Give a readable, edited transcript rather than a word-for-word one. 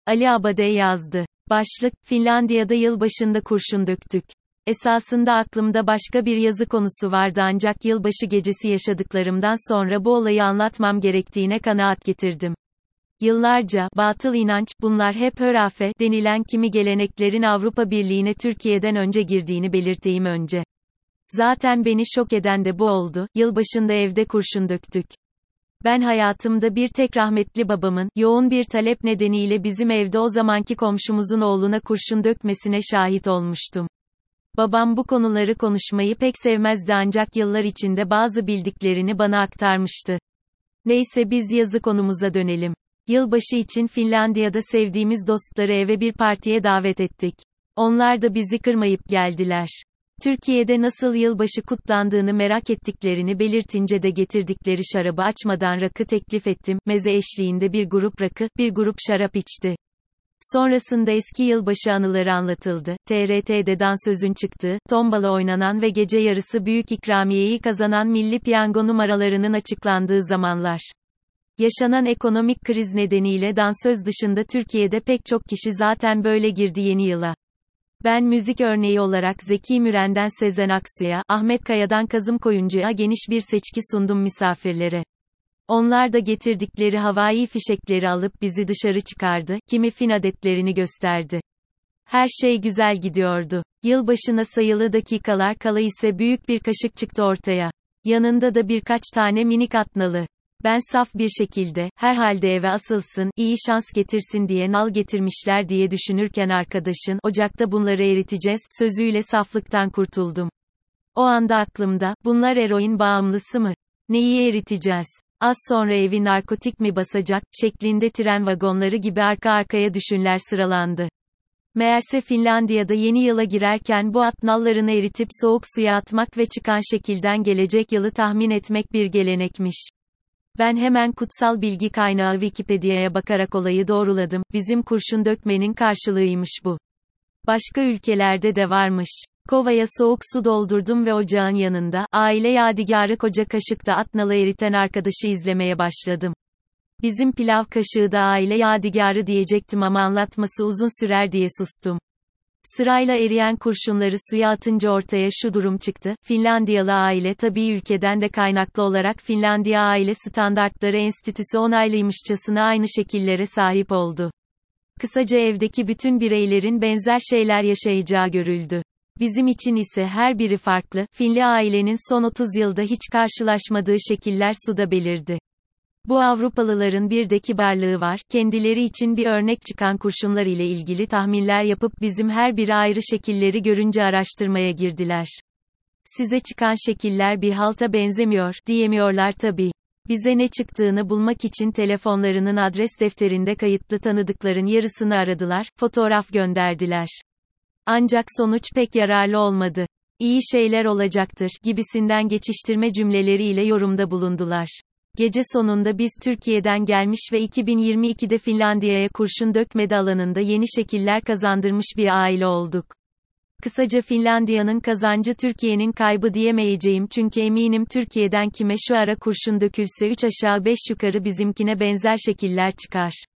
Ali Abade yazdı. Başlık, Finlandiya'da yılbaşında kurşun döktük. Esasında aklımda başka bir yazı konusu vardı ancak yılbaşı gecesi yaşadıklarımdan sonra bu olayı anlatmam gerektiğine kanaat getirdim. Yıllarca, batıl inanç, bunlar hep hurafe, denilen kimi geleneklerin Avrupa Birliği'ne Türkiye'den önce girdiğini belirteyim önce. Zaten beni şok eden de bu oldu, yılbaşında evde kurşun döktük. Ben hayatımda bir tek rahmetli babamın, yoğun bir talep nedeniyle bizim evde o zamanki komşumuzun oğluna kurşun dökmesine şahit olmuştum. Babam bu konuları konuşmayı pek sevmezdi ancak yıllar içinde bazı bildiklerini bana aktarmıştı. Neyse biz yazı konumuza dönelim. Yılbaşı için Finlandiya'da sevdiğimiz dostları eve bir partiye davet ettik. Onlar da bizi kırmayıp geldiler. Türkiye'de nasıl yılbaşı kutlandığını merak ettiklerini belirtince de getirdikleri şarabı açmadan rakı teklif ettim. Meze eşliğinde bir grup rakı, bir grup şarap içti. Sonrasında eski yılbaşı anıları anlatıldı. TRT'de dansözün çıktığı, tombala oynanan ve gece yarısı büyük ikramiyeyi kazanan Milli Piyango numaralarının açıklandığı zamanlar. Yaşanan ekonomik kriz nedeniyle dansöz dışında Türkiye'de pek çok kişi zaten böyle girdi yeni yıla. Ben müzik örneği olarak Zeki Müren'den Sezen Aksu'ya, Ahmet Kaya'dan Kazım Koyuncu'ya geniş bir seçki sundum misafirlere. Onlar da getirdikleri havai fişekleri alıp bizi dışarı çıkardı, kimi fin adetlerini gösterdi. Her şey güzel gidiyordu. Yılbaşına sayılı dakikalar kala ise büyük bir kaşık çıktı ortaya. Yanında da birkaç tane minik atnalı. Ben saf bir şekilde, herhalde eve asılsın, iyi şans getirsin diye nal getirmişler diye düşünürken arkadaşın, ocakta bunları eriteceğiz, sözüyle saflıktan kurtuldum. O anda aklımda, bunlar eroin bağımlısı mı? Neyi eriteceğiz? Az sonra evi narkotik mi basacak, şeklinde tren vagonları gibi arka arkaya düşünler sıralandı. Meğerse Finlandiya'da yeni yıla girerken bu atnallarını eritip soğuk suya atmak ve çıkan şekilden gelecek yılı tahmin etmek bir gelenekmiş. Ben hemen kutsal bilgi kaynağı Wikipedia'ya bakarak olayı doğruladım. Bizim kurşun dökmenin karşılığıymış bu. Başka ülkelerde de varmış. Kovaya soğuk su doldurdum ve ocağın yanında, aile yadigarı koca kaşıkta atnalı eriten arkadaşı izlemeye başladım. Bizim pilav kaşığı da aile yadigarı diyecektim ama anlatması uzun sürer diye sustum. Sırayla eriyen kurşunları suya atınca ortaya şu durum çıktı. Finlandiyalı aile tabii ülkeden de kaynaklı olarak Finlandiya Aile Standartları Enstitüsü onaylıymışçasına aynı şekillere sahip oldu. Kısaca evdeki bütün bireylerin benzer şeyler yaşayacağı görüldü. Bizim için ise her biri farklı. Finli ailenin son 30 yılda hiç karşılaşmadığı şekiller suda belirdi. Bu Avrupalıların bir de kibarlığı var, kendileri için bir örnek çıkan kurşunlar ile ilgili tahminler yapıp bizim her biri ayrı şekilleri görünce araştırmaya girdiler. Size çıkan şekiller bir halta benzemiyor, diyemiyorlar tabii. Bize ne çıktığını bulmak için telefonlarının adres defterinde kayıtlı tanıdıkların yarısını aradılar, fotoğraf gönderdiler. Ancak sonuç pek yararlı olmadı. İyi şeyler olacaktır, gibisinden geçiştirme cümleleriyle yorumda bulundular. Gece sonunda biz Türkiye'den gelmiş ve 2022'de Finlandiya'ya kurşun dökmedi alanında yeni şekiller kazandırmış bir aile olduk. Kısaca Finlandiya'nın kazancı Türkiye'nin kaybı diyemeyeceğim çünkü eminim Türkiye'den kime şu ara kurşun dökülse 3 aşağı 5 yukarı bizimkine benzer şekiller çıkar.